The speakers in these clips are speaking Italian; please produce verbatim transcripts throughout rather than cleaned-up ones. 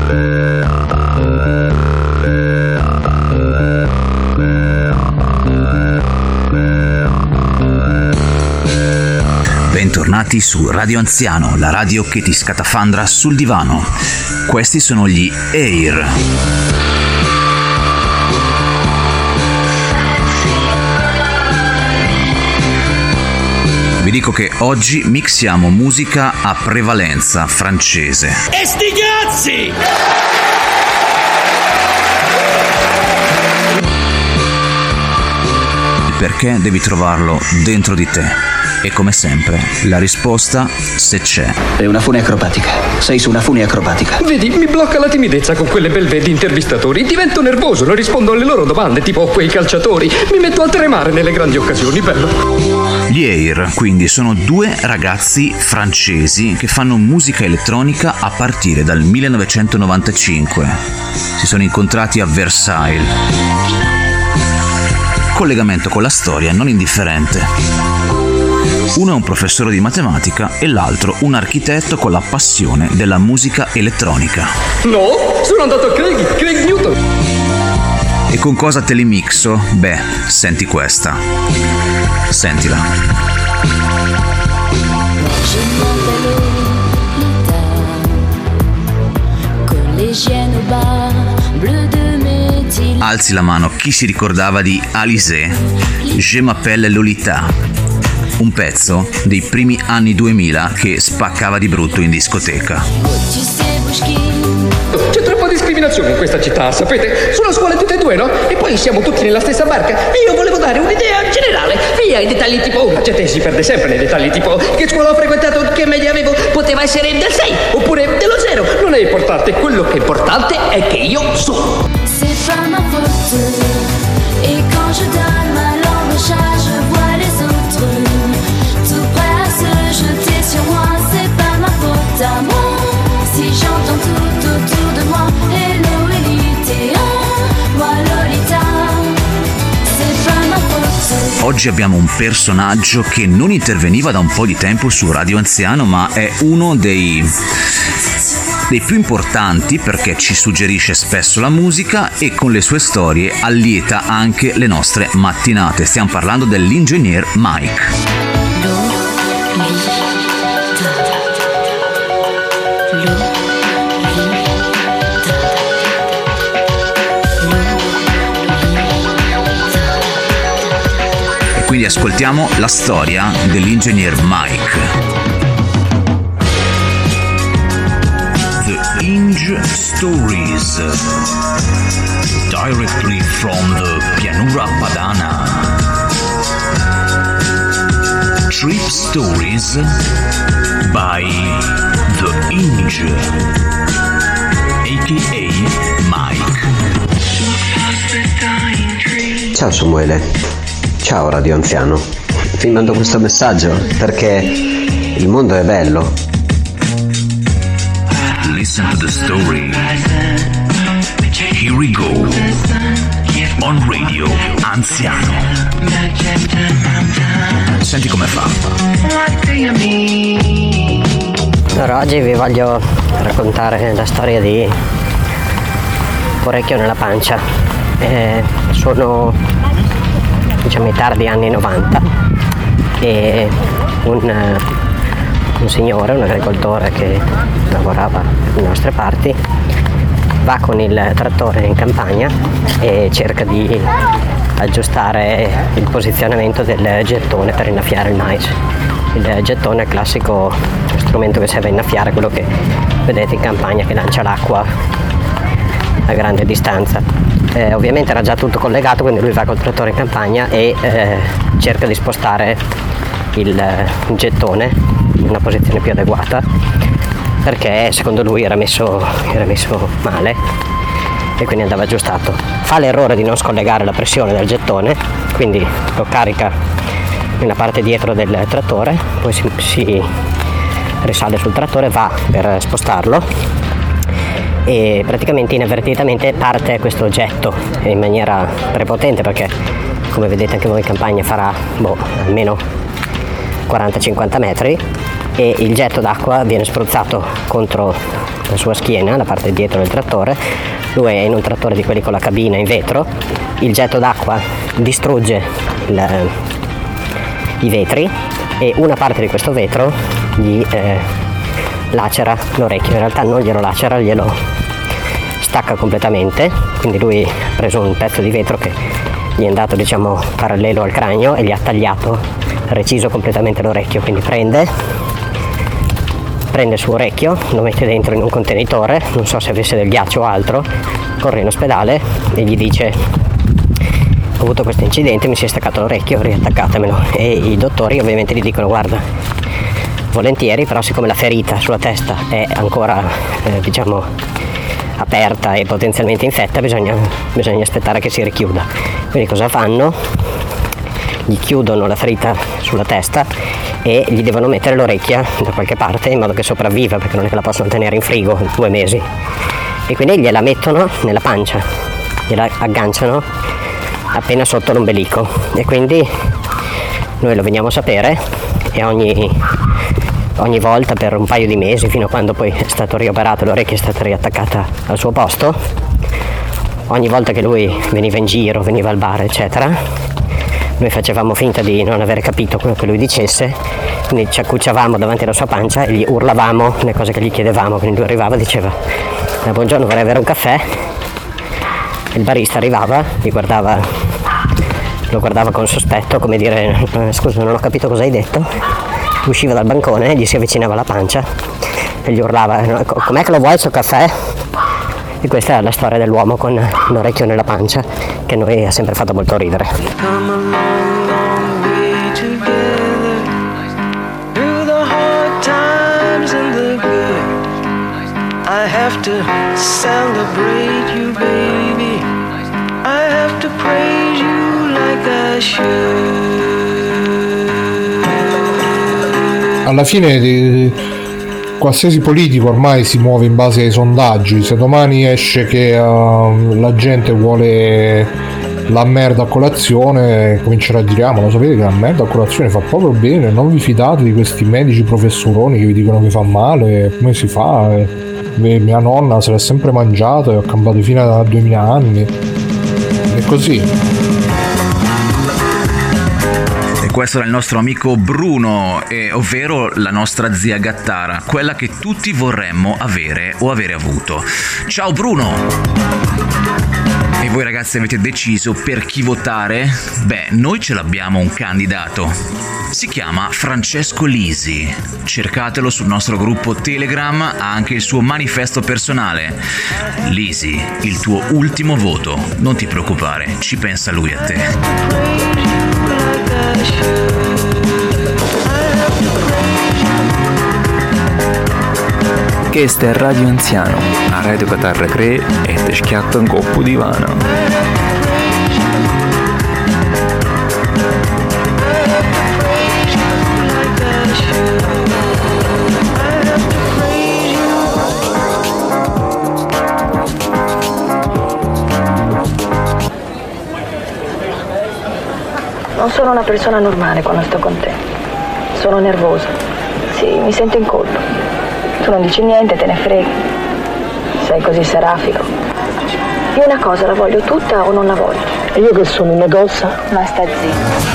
Bentornati su Radio Anziano, la radio che ti scatafandra sul divano. Questi sono gli Air. Vi dico che oggi mixiamo musica a prevalenza francese. E sti cazzi! Il perché devi trovarlo dentro di te. E come sempre, la risposta, se c'è. È una fune acrobatica. Sei su una fune acrobatica. Vedi, mi blocca la timidezza con quelle belve di intervistatori. Divento nervoso, non rispondo alle loro domande, tipo quei calciatori. Mi metto a tremare nelle grandi occasioni, bello. Gli Air, quindi, sono due ragazzi francesi che fanno musica elettronica a partire dal millenovecentonovantacinque. Si sono incontrati a Versailles. Collegamento con la storia non indifferente. Uno è un professore di matematica e l'altro un architetto con la passione della musica elettronica. No, sono andato a Craig, Craig Newton. E con cosa te li mixo? Beh, senti questa. Sentila. Alzi la mano chi si ricordava di Alizé, Je m'appelle Lolita. Un pezzo dei primi anni duemila che spaccava di brutto in discoteca. C'è troppa discriminazione in questa città, sapete? Sono scuole tutte e due, no? E poi siamo tutti nella stessa barca. Io volevo dare un'idea generale. Via i dettagli tipo... La gente si perde sempre nei dettagli tipo... Che scuola ho frequentato, che media avevo? Poteva essere del sei, oppure dello zero. Non è importante. Quello che è importante è che io sono. C'est pas ma faute. Et quand je donne ma langue au chat, je vois les autres. Tout prêt à se jeter sur moi. C'est pas ma faute à moi. Si j'entends tout autour de moi. Hello Elite, moi Lolita. C'est pas ma faute. Oggi abbiamo un personaggio che non interveniva da un po' di tempo su Radio Anziano, ma è uno dei... dei più importanti perché ci suggerisce spesso la musica e con le sue storie allieta anche le nostre mattinate. Stiamo parlando dell'ingegner Mike. E quindi ascoltiamo la storia dell'ingegner Mike. Inge Stories, directly from the Pianura Padana. Trip Stories by the Inge, aka Mike. Ciao Samuele, ciao Radio Anziano. Ti mando questo messaggio perché il mondo è bello. Listen to the story. Here we go. On Radio Anziano. Senti come fa. Allora, oggi vi voglio raccontare la storia di Orecchio nella pancia. Eh, sono diciamo i tardi anni novanta e un un signore, un agricoltore che lavorava nelle nostre parti, va con il trattore in campagna e cerca di aggiustare il posizionamento del gettone per innaffiare il mais. Il gettone è il classico strumento che serve a innaffiare, quello che vedete in campagna che lancia l'acqua a grande distanza. Eh, ovviamente era già tutto collegato, quindi lui va col trattore in campagna e eh, cerca di spostare il, il gettone in una posizione più adeguata perché secondo lui era messo, era messo male e quindi andava aggiustato. Fa l'errore di non scollegare la pressione del gettone, quindi lo carica nella parte dietro del trattore, poi si, si risale sul trattore, va per spostarlo e praticamente inavvertitamente parte questo oggetto in maniera prepotente perché, come vedete anche voi in campagna, farà boh, almeno quaranta cinquanta metri e il getto d'acqua viene spruzzato contro la sua schiena, la parte dietro del trattore. Lui è in un trattore di quelli con la cabina in vetro, il getto d'acqua distrugge il, i vetri e una parte di questo vetro gli eh, lacera l'orecchio. In realtà non glielo lacera, glielo stacca completamente, quindi lui ha preso un pezzo di vetro che gli è andato, diciamo, parallelo al cranio e gli ha tagliato, reciso completamente l'orecchio. Quindi prende prende il suo orecchio, lo mette dentro in un contenitore, non so se avesse del ghiaccio o altro, corre in ospedale e gli dice: ho avuto questo incidente, mi si è staccato l'orecchio, riattaccatemelo. E i dottori ovviamente gli dicono: guarda, volentieri, però siccome la ferita sulla testa è ancora eh, diciamo aperta e potenzialmente infetta, bisogna, bisogna aspettare che si richiuda. Quindi cosa fanno? Gli chiudono la ferita sulla testa e gli devono mettere l'orecchia da qualche parte in modo che sopravviva, perché non è che la possono tenere in frigo due mesi. E quindi gliela mettono nella pancia, gliela agganciano appena sotto l'ombelico, e quindi noi lo veniamo a sapere e ogni, ogni volta per un paio di mesi, fino a quando poi è stato rioperato, l'orecchia è stata riattaccata al suo posto, ogni volta che lui veniva in giro, veniva al bar eccetera, noi facevamo finta di non aver capito quello che lui dicesse, quindi ci accucciavamo davanti alla sua pancia e gli urlavamo le cose che gli chiedevamo. Quindi lui arrivava e diceva: eh, buongiorno, vorrei avere un caffè. Il barista arrivava, gli guardava, lo guardava con sospetto, come dire: eh, scusa, non ho capito cosa hai detto. Usciva dal bancone, gli si avvicinava alla pancia e gli urlava: com'è che lo vuoi il suo caffè? E questa è la storia dell'uomo con l'orecchio nella pancia, che a noi ha sempre fatto molto ridere. I have to celebrate you, baby. I have to praise you like I should. Alla fine di, qualsiasi politico ormai si muove in base ai sondaggi. Se domani esce che uh, la gente vuole la merda a colazione, comincerà a dire: ah, ma lo sapete che la merda a colazione fa proprio bene, non vi fidate di questi medici professoroni che vi dicono che fa male, come si fa? E mia nonna se l'è sempre mangiato e ho cambiato fino a duemila anni. È così. E questo era il nostro amico Bruno, eh, ovvero la nostra zia Gattara, quella che tutti vorremmo avere o avere avuto. Ciao Bruno! E voi ragazzi avete deciso per chi votare? Beh, noi ce l'abbiamo un candidato. Si chiama Francesco Lisi. Cercatelo sul nostro gruppo Telegram, ha anche il suo manifesto personale. Lisi, il tuo ultimo voto. Non ti preoccupare, ci pensa lui a te. Questa è Radio Anziano, a Radio Catarra tre e ti schiatta un coppo di vano. Non sono una persona normale quando sto con te. Sono nervosa. Sì, mi sento in colpa. Tu non dici niente, te ne freghi. Sei così serafico. Io una cosa la voglio tutta o non la voglio. E io che sono una cosa? Ma sta zitto.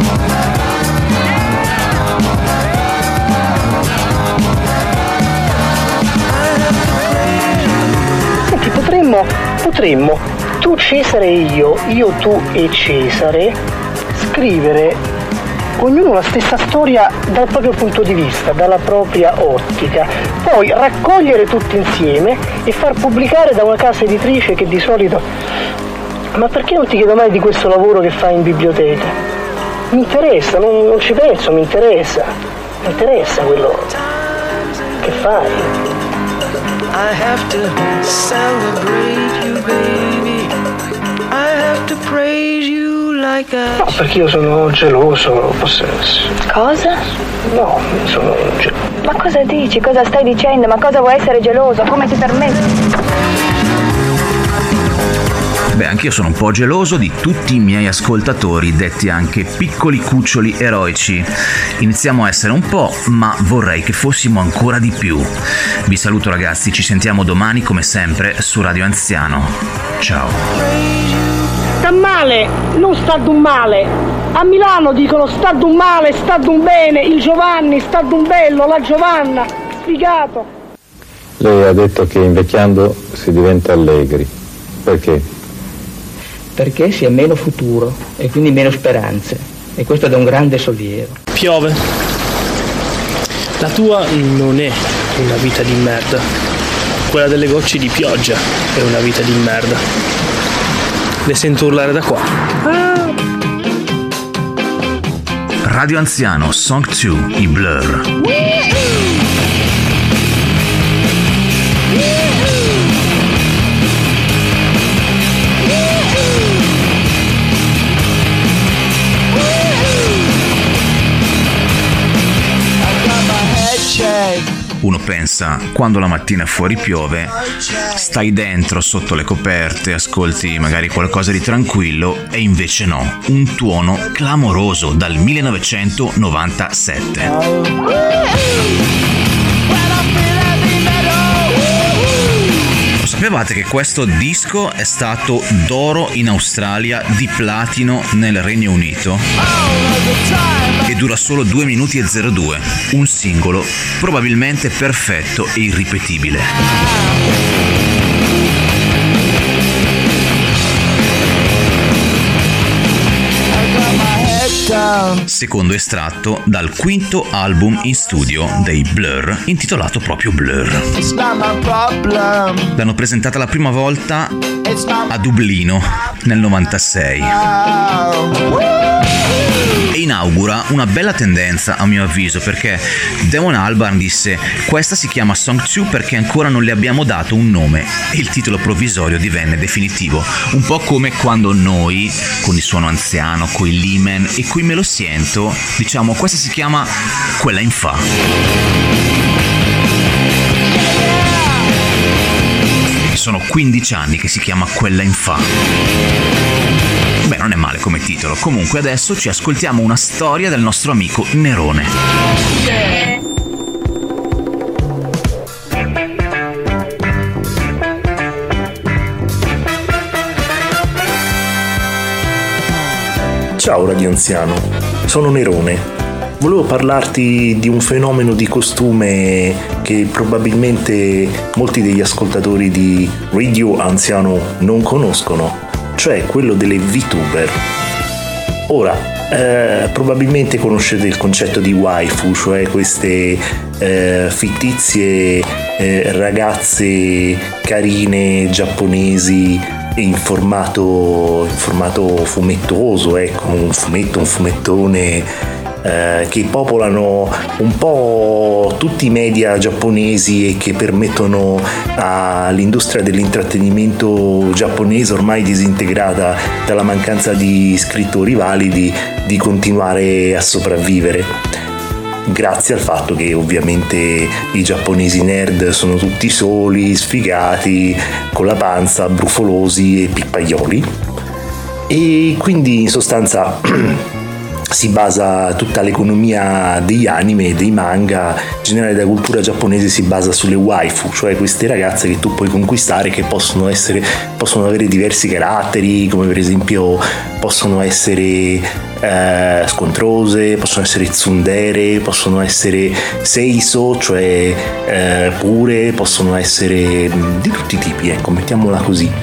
Senti, potremmo, potremmo, tu Cesare e io, io tu e Cesare, scrivere ognuno la stessa storia dal proprio punto di vista, dalla propria ottica, poi raccogliere tutti insieme e far pubblicare da una casa editrice che di solito... Ma perché non ti chiedo mai di questo lavoro che fai in biblioteca? Mi interessa, non, non ci penso, mi interessa, mi interessa quello che fai. I have to celebrate you, baby. I have to praise you like I... No, perché io sono geloso, possesso. Cosa? No, sono geloso. Ma cosa dici? Cosa stai dicendo? Ma cosa vuoi essere geloso? Come ti permetti? Beh, anch'io sono un po' geloso di tutti i miei ascoltatori, detti anche piccoli cuccioli eroici. Iniziamo a essere un po', ma vorrei che fossimo ancora di più. Vi saluto ragazzi, ci sentiamo domani come sempre su Radio Anziano. Ciao. Sta male, non sta d'un male. A Milano dicono sta d'un male, sta d'un bene, il Giovanni, sta d'un bello, la Giovanna, sfigato. Lei ha detto che invecchiando si diventa allegri. Perché? Perché si ha meno futuro e quindi meno speranze. E questo è un grande sollievo. Piove. La tua non è una vita di merda. Quella delle gocce di pioggia è una vita di merda. Le sento urlare da qua. Radio Anziano, Song due, i Blur. Uno pensa, quando la mattina fuori piove, stai dentro sotto le coperte, ascolti magari qualcosa di tranquillo, e invece no, un tuono clamoroso dal millenovecentonovantasette. Sapevate che questo disco è stato d'oro in Australia, di platino nel Regno Unito? E dura solo due minuti e zero due, un singolo probabilmente perfetto e irripetibile. Secondo estratto dal quinto album in studio dei Blur, intitolato proprio Blur. L'hanno presentata la prima volta a Dublino nel novantasei e inaugura una bella tendenza, a mio avviso, perché Damon Albarn disse: questa si chiama Song due perché ancora non le abbiamo dato un nome, e il titolo provvisorio divenne definitivo, un po' come quando noi con il Suono Anziano, coi Limen e coi Me Lo Siento diciamo questa si chiama Quella in Fa. Sono quindici anni che si chiama Quella in Fa. Beh, non è male come titolo. Comunque adesso ci ascoltiamo una storia del nostro amico Nerone. Ciao Radio Anziano, sono Nerone. Volevo parlarti di un fenomeno di costume che probabilmente molti degli ascoltatori di Radio Anziano non conoscono, cioè quello delle VTuber. Ora, eh, probabilmente conoscete il concetto di waifu, cioè queste eh, fittizie eh, ragazze carine giapponesi in formato, in formato fumettoso, ecco, un fumetto, un fumettone eh, che popolano un po' tutti i media giapponesi e che permettono all'industria dell'intrattenimento giapponese, ormai disintegrata dalla mancanza di scrittori validi, di continuare a sopravvivere. Grazie al fatto che ovviamente i giapponesi nerd sono tutti soli, sfigati, con la panza, brufolosi e pippaioli, e quindi in sostanza si basa tutta l'economia degli anime e dei manga, in generale della cultura giapponese, si basa sulle waifu, cioè queste ragazze che tu puoi conquistare, che possono essere, possono avere diversi caratteri, come per esempio possono essere eh, scontrose, possono essere tsundere, possono essere seiso, cioè eh, pure, possono essere di tutti i tipi, ecco, mettiamola così.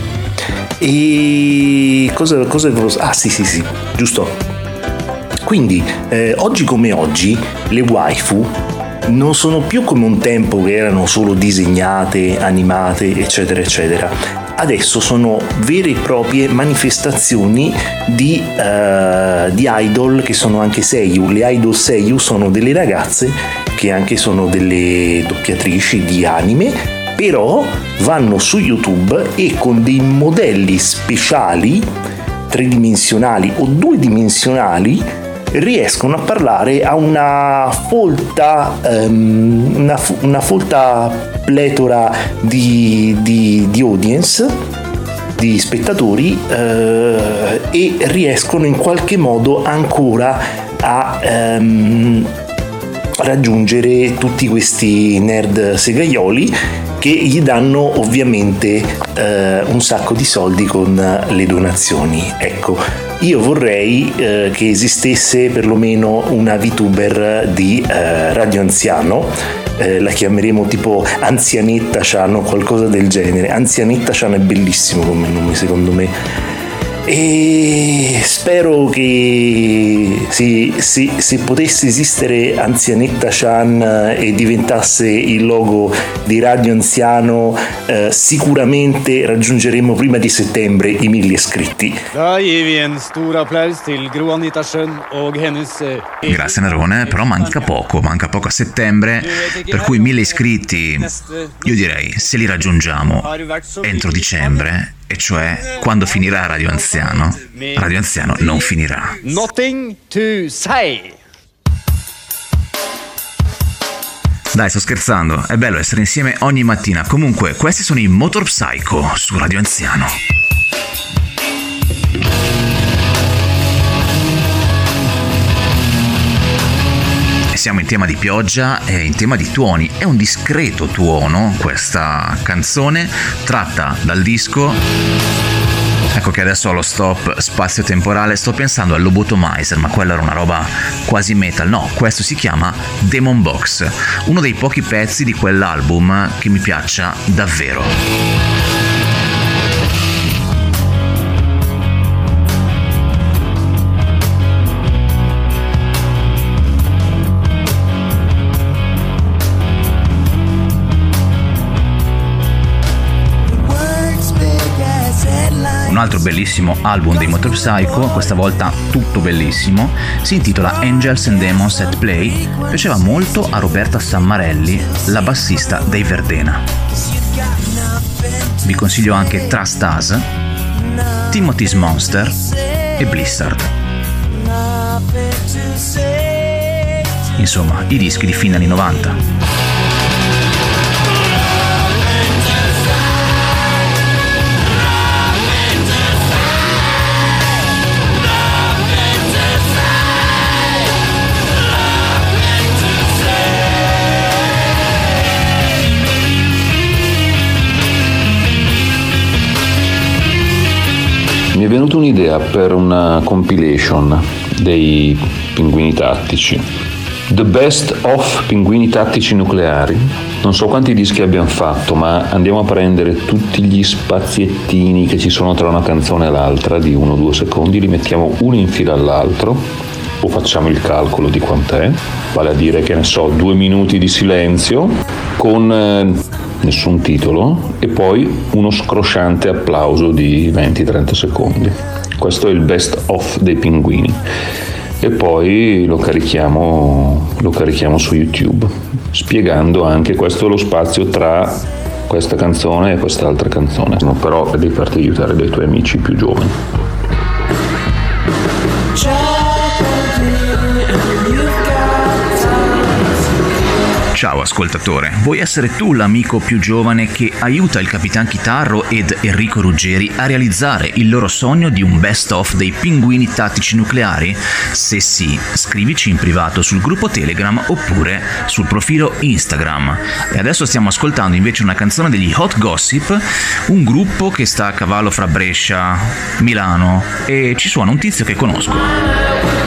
E cosa, cosa ah sì sì sì, giusto. Quindi eh, oggi come oggi le waifu non sono più come un tempo che erano solo disegnate, animate, eccetera eccetera. Adesso sono vere e proprie manifestazioni di, uh, di idol che sono anche seiyuu. Le idol seiyuu sono delle ragazze che anche sono delle doppiatrici di anime, però vanno su YouTube e con dei modelli speciali, tridimensionali o due dimensionali, riescono a parlare a una folta um, una, una folta pletora di, di, di audience, di spettatori eh, e riescono in qualche modo ancora a ehm, raggiungere tutti questi nerd segaioli che gli danno ovviamente eh, un sacco di soldi con le donazioni. Ecco, io vorrei eh, che esistesse perlomeno una VTuber di eh, Radio Anziano, eh, la chiameremo tipo Anzianetta Chan o qualcosa del genere. Anzianetta Chan è bellissimo come nome, secondo me. E spero che se, se, se potesse esistere Anzianetta Chan e diventasse il logo di Radio Anziano, eh, sicuramente raggiungeremo prima di settembre i mille iscritti. Grazie Nerone, però manca poco, manca poco a settembre, per cui mille iscritti, io direi se li raggiungiamo entro dicembre, e cioè quando finirà Radio Anziano, Radio Anziano non finirà. Nothing to say. Dai, sto scherzando, è bello essere insieme ogni mattina. Comunque, questi sono i Motor Psycho su Radio Anziano. Siamo in tema di pioggia e in tema di tuoni. È un discreto tuono questa canzone, tratta dal disco. Ecco che adesso allo stop spazio-temporale sto pensando al Lobotomizer, ma quella era una roba quasi metal. No, questo si chiama Demon Box, uno dei pochi pezzi di quell'album che mi piaccia davvero. Un altro bellissimo album dei Motor Psycho, questa volta tutto bellissimo, si intitola Angels and Demons at Play, piaceva molto a Roberta Sammarelli, la bassista dei Verdena. Vi consiglio anche Trust Us, Timothy's Monster e Blizzard. Insomma, i dischi di fine anni novanta. Mi è venuta un'idea per una compilation dei pinguini tattici. The Best of Pinguini Tattici Nucleari. Non so quanti dischi abbiamo fatto, ma andiamo a prendere tutti gli spaziettini che ci sono tra una canzone e l'altra di uno o due secondi, li mettiamo uno in fila all'altro, o facciamo il calcolo di quant'è, vale a dire, che ne so, due minuti di silenzio con eh, nessun titolo e poi uno scrosciante applauso di venti trenta secondi. Questo è il best of dei pinguini e poi lo carichiamo lo carichiamo su YouTube, spiegando anche questo è lo spazio tra questa canzone e quest'altra canzone. No, però devi farti aiutare dai tuoi amici più giovani. Ciao ascoltatore, vuoi essere tu l'amico più giovane che aiuta il Capitan Chitarro ed Enrico Ruggeri a realizzare il loro sogno di un best of dei Pinguini Tattici Nucleari? Se sì, scrivici in privato sul gruppo Telegram oppure sul profilo Instagram. E adesso stiamo ascoltando invece una canzone degli Hot Gossip, un gruppo che sta a cavallo fra Brescia, Milano, e ci suona un tizio che conosco.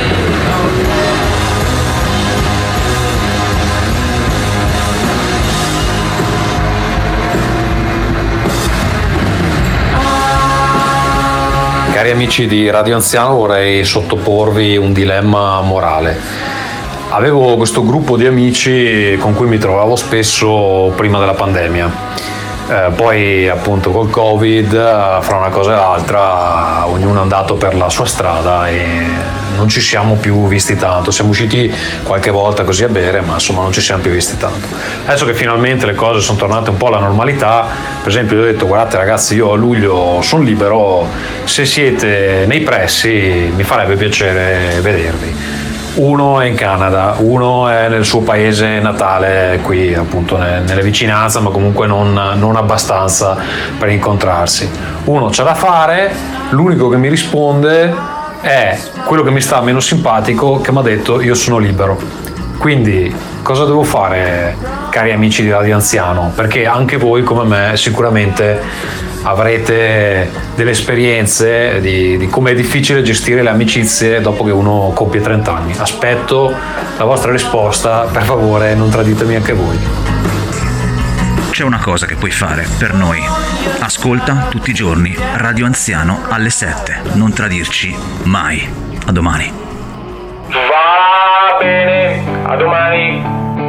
Cari amici di Radio Anziano, vorrei sottoporvi un dilemma morale. Avevo questo gruppo di amici con cui mi trovavo spesso prima della pandemia. Eh, poi appunto col Covid, fra una cosa e l'altra, ognuno è andato per la sua strada e non ci siamo più visti tanto. Siamo usciti qualche volta così a bere, ma insomma non ci siamo più visti tanto. Adesso che finalmente le cose sono tornate un po' alla normalità, per esempio io ho detto: guardate ragazzi, io a luglio sono libero, se siete nei pressi mi farebbe piacere vedervi. Uno è in Canada, uno è nel suo paese natale, qui appunto nelle vicinanze, ma comunque non, non abbastanza per incontrarsi. Uno c'ha da fare, l'unico che mi risponde è quello che mi sta meno simpatico, che mi ha detto io sono libero. Quindi cosa devo fare, cari amici di Radio Anziano? Perché anche voi come me sicuramente avrete delle esperienze di, di come è difficile gestire le amicizie dopo che uno compie trenta anni. Aspetto la vostra risposta, per favore non traditemi anche voi. C'è una cosa che puoi fare per noi. Ascolta tutti i giorni Radio Anziano alle sette. Non tradirci mai. A domani. Va bene, a domani.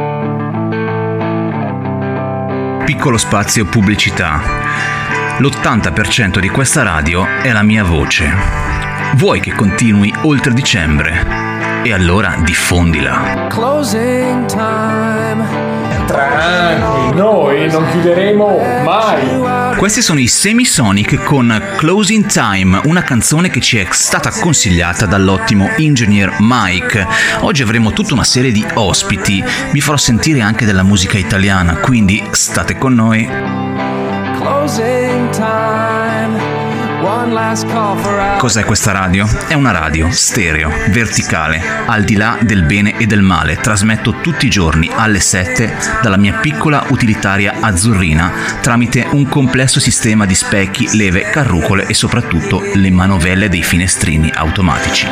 Piccolo spazio pubblicità. L'ottanta per cento di questa radio è la mia voce. Vuoi che continui oltre dicembre? E allora diffondila. Closing time. Tranqui, noi non chiuderemo mai. Questi sono i Semisonic con Closing Time, una canzone che ci è stata consigliata dall'ottimo Engineer Mike. Oggi avremo tutta una serie di ospiti, vi farò sentire anche della musica italiana, quindi state con noi. Closing time. One last call for us. Cos'è questa radio? È una radio stereo, verticale, al di là del bene e del male. Trasmetto tutti i giorni alle sette dalla mia piccola utilitaria azzurrina tramite un complesso sistema di specchi, leve, carrucole e soprattutto le manovelle dei finestrini automatici.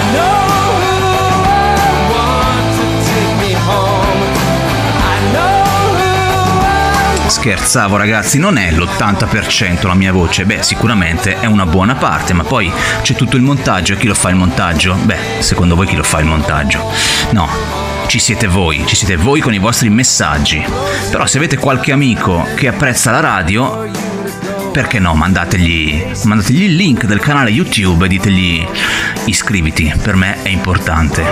Scherzavo ragazzi, non è l'ottanta per cento la mia voce, beh sicuramente è una buona parte, ma poi c'è tutto il montaggio e chi lo fa il montaggio? Beh, secondo voi chi lo fa il montaggio? No, ci siete voi, ci siete voi con i vostri messaggi, però se avete qualche amico che apprezza la radio, perché no, mandategli, mandategli il link del canale YouTube e ditegli iscriviti, per me è importante.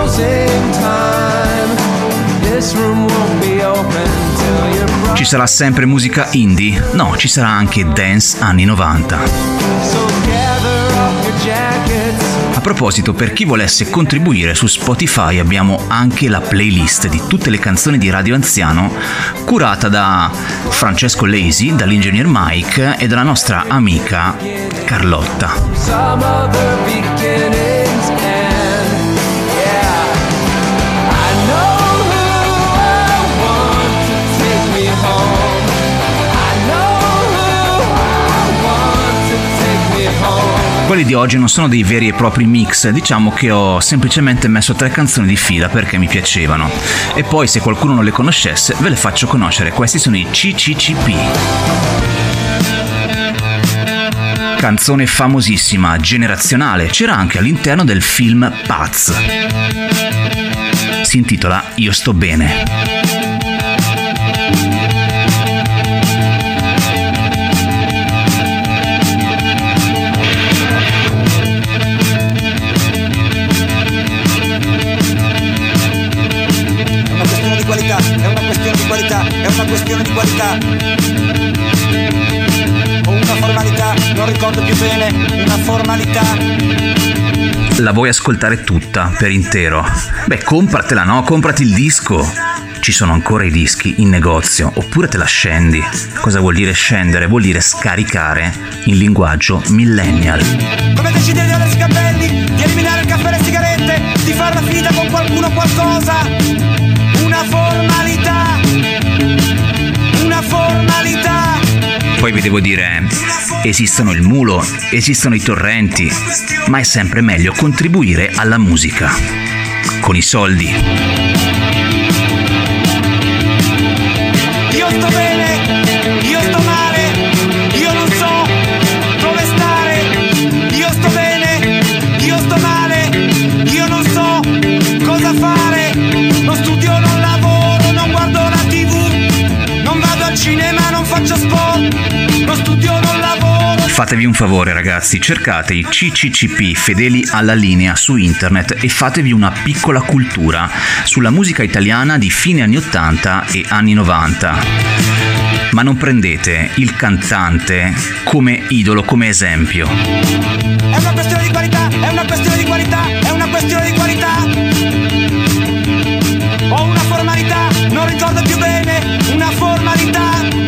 Ci sarà sempre musica indie? No, ci sarà anche dance anni novanta. A proposito, per chi volesse contribuire, su Spotify abbiamo anche la playlist di tutte le canzoni di Radio Anziano curata da Francesco Lesi, dall'Engineer Mike e dalla nostra amica Carlotta. Quelli di oggi non sono dei veri e propri mix, diciamo che ho semplicemente messo tre canzoni di fila perché mi piacevano. E poi se qualcuno non le conoscesse ve le faccio conoscere, questi sono i C C C P. Canzone famosissima, generazionale, c'era anche all'interno del film Paz. Si intitola Io sto bene. È una questione di qualità, è una questione di qualità. O una formalità, non ricordo più bene, una formalità. La vuoi ascoltare tutta, per intero? Beh, compratela, no? Comprati il disco. Ci sono ancora i dischi in negozio, oppure te la scendi. Cosa vuol dire scendere? Vuol dire scaricare in linguaggio millennial. Come decidere di aversi i capelli, di eliminare il caffè e le sigarette, di far la finita con qualcuno o qualcosa. Una formalità, una formalità. Poi vi devo dire, esistono il mulo, esistono i torrenti, ma è sempre meglio contribuire alla musica con i soldi. Io sto bene, io sto male, io non so dove stare. Io sto bene, io sto male, io non so cosa fare. Non studio, non lavoro, non guardo la tivù, non vado al cinema, non faccio sport, non studio, non lavoro. Fatevi un favore ragazzi, cercate i C C C P fedeli alla linea su internet e fatevi una piccola cultura sulla musica italiana di fine anni ottanta e anni novanta. Ma non prendete il cantante come idolo, come esempio. È una questione di qualità, è una questione di qualità, è una questione di qualità. ricordo più bene, una formalità.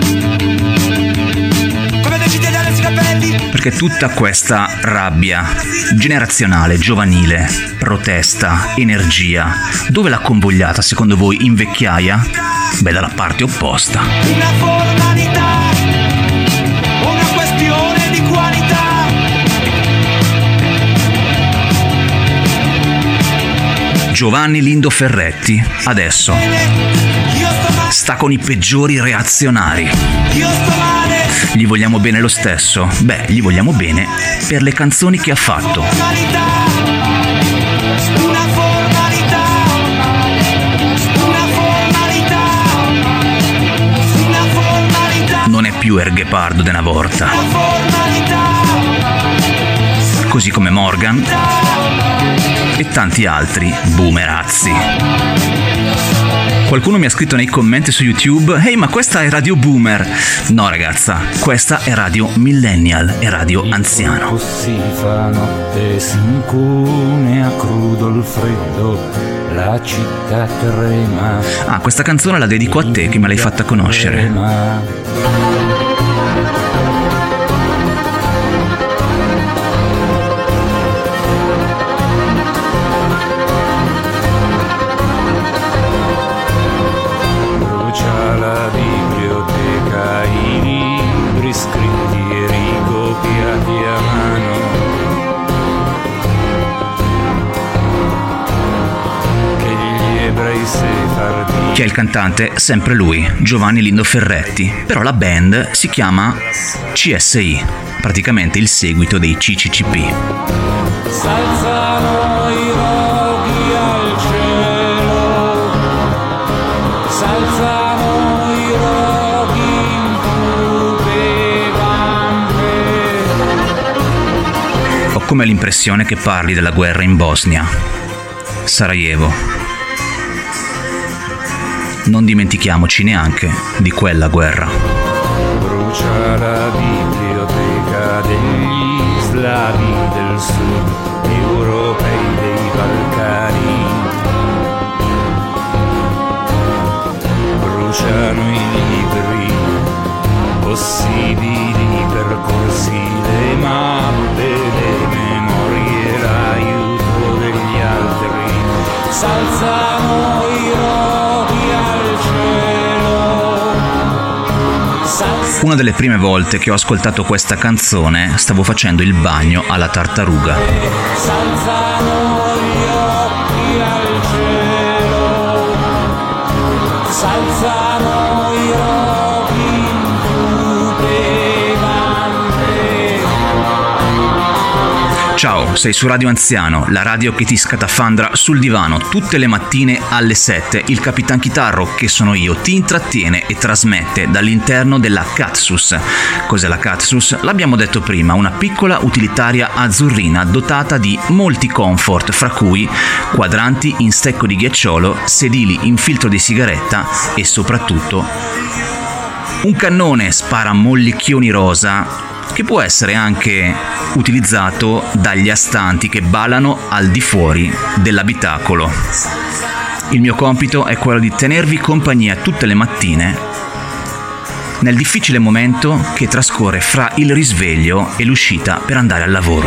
Come decidi di adesso i capelli? Perché tutta questa rabbia generazionale, giovanile, protesta, energia, dove l'ha convogliata secondo voi in vecchiaia? Beh, dalla parte opposta. Una formalità, una questione di qualità. Giovanni Lindo Ferretti adesso sta con i peggiori reazionari. Gli vogliamo bene lo stesso? Beh, gli vogliamo bene per le canzoni che ha fatto. Una formalità, una formalità, una formalità. Non è più Er Ghepardo de una volta. Così come Morgan e tanti altri boomerazzi. Qualcuno mi ha scritto nei commenti su YouTube: ehi, ma questa è Radio Boomer. No ragazza, questa è Radio Millennial, è Radio Anziano. Si fa notte, si incune a crudo il freddo, la città trema. Ah, questa canzone la dedico a te che me l'hai fatta conoscere. Chi è il cantante? Sempre lui, Giovanni Lindo Ferretti, però la band si chiama C S I, praticamente il seguito dei C C C P. S'alzano i roghi al cielo, s'alzano i roghi in cupe vampe. Ho come l'impressione che parli della guerra in Bosnia, Sarajevo. Non dimentichiamoci neanche di quella guerra. Brucia la biblioteca degli slavi del sud, europei dei Balcani. Bruciano i libri possibili, percorsi, le mappe, le memorie, l'aiuto degli altri. S'alzano i roghi al cielo. Una delle prime volte che ho ascoltato questa canzone stavo facendo il bagno alla tartaruga. S'alzano gli occhi al cielo, s'alzano i roghi in cupe vampe. Ciao, sei su Radio Anziano, la radio che ti scatafandra sul divano tutte le mattine alle sette. Il Capitan Chitarro, che sono io, ti intrattiene e trasmette dall'interno della Katsus. Cos'è la Katsus? L'abbiamo detto prima, una piccola utilitaria azzurrina dotata di molti comfort, fra cui quadranti in stecco di ghiacciolo, sedili in filtro di sigaretta e soprattutto un cannone spara mollicchioni rosa che può essere anche utilizzato dagli astanti che ballano al di fuori dell'abitacolo. Il mio compito è quello di tenervi compagnia tutte le mattine nel difficile momento che trascorre fra il risveglio e l'uscita per andare al lavoro.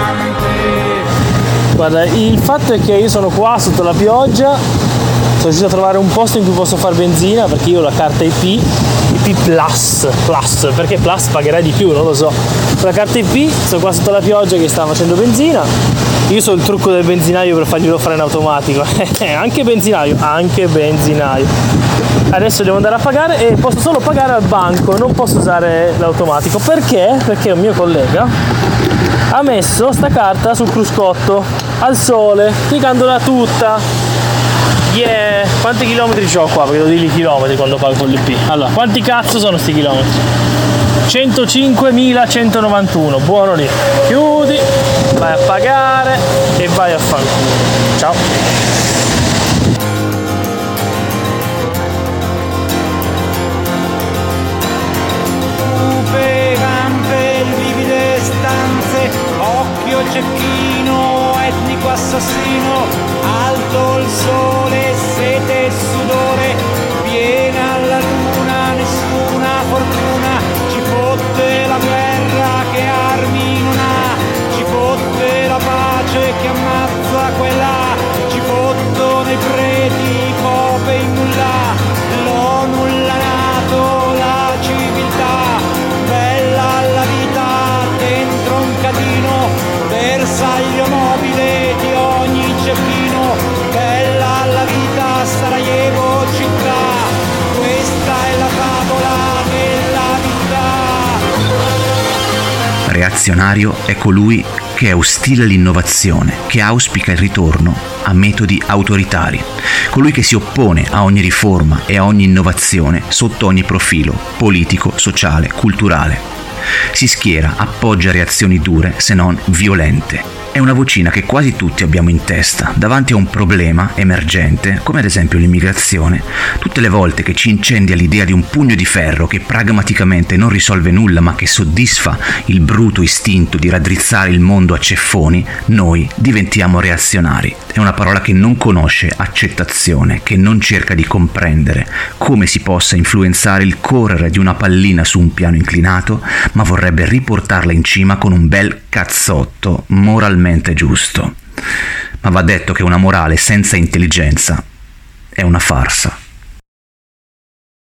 Guarda, il fatto è che io sono qua sotto la pioggia, sono riuscito a trovare un posto in cui posso fare benzina perché io ho la carta I P, I P Plus, Plus, perché Plus pagherai di più, non lo so. Con la carta I P sono qua sotto la pioggia che sta facendo benzina, io so il trucco del benzinaio per farglielo fare in automatico, anche benzinaio, anche benzinaio. Adesso devo andare a pagare e posso solo pagare al banco, non posso usare l'automatico. Perché? Perché un mio collega ha messo sta carta sul cruscotto, al sole, piegandola tutta. Yeah! Quanti chilometri c'ho qua? Perché devo dirgli i chilometri quando pago con l'I P. Allora, quanti cazzo sono sti chilometri? centocinquemilacentonovantuno, buono lì. Chiudi, vai a pagare e vai a fanculo. Ciao! Occhio il cecchino, etnico assassino, alto il sole, sete e sudore, piede Reazionario è colui che è ostile all'innovazione, che auspica il ritorno a metodi autoritari, colui che si oppone a ogni riforma e a ogni innovazione sotto ogni profilo politico, sociale, culturale. Si schiera, appoggia reazioni dure, se non violente. È una vocina che quasi tutti abbiamo in testa davanti a un problema emergente, come ad esempio l'immigrazione. Tutte le volte che ci incendia l'idea di un pugno di ferro che pragmaticamente non risolve nulla ma che soddisfa il bruto istinto di raddrizzare il mondo a ceffoni, noi diventiamo reazionari. È una parola che non conosce accettazione, che non cerca di comprendere come si possa influenzare il correre di una pallina su un piano inclinato, ma vorrebbe riportarla in cima con un bel cazzotto moralmente giusto. Ma va detto che una morale senza intelligenza è una farsa.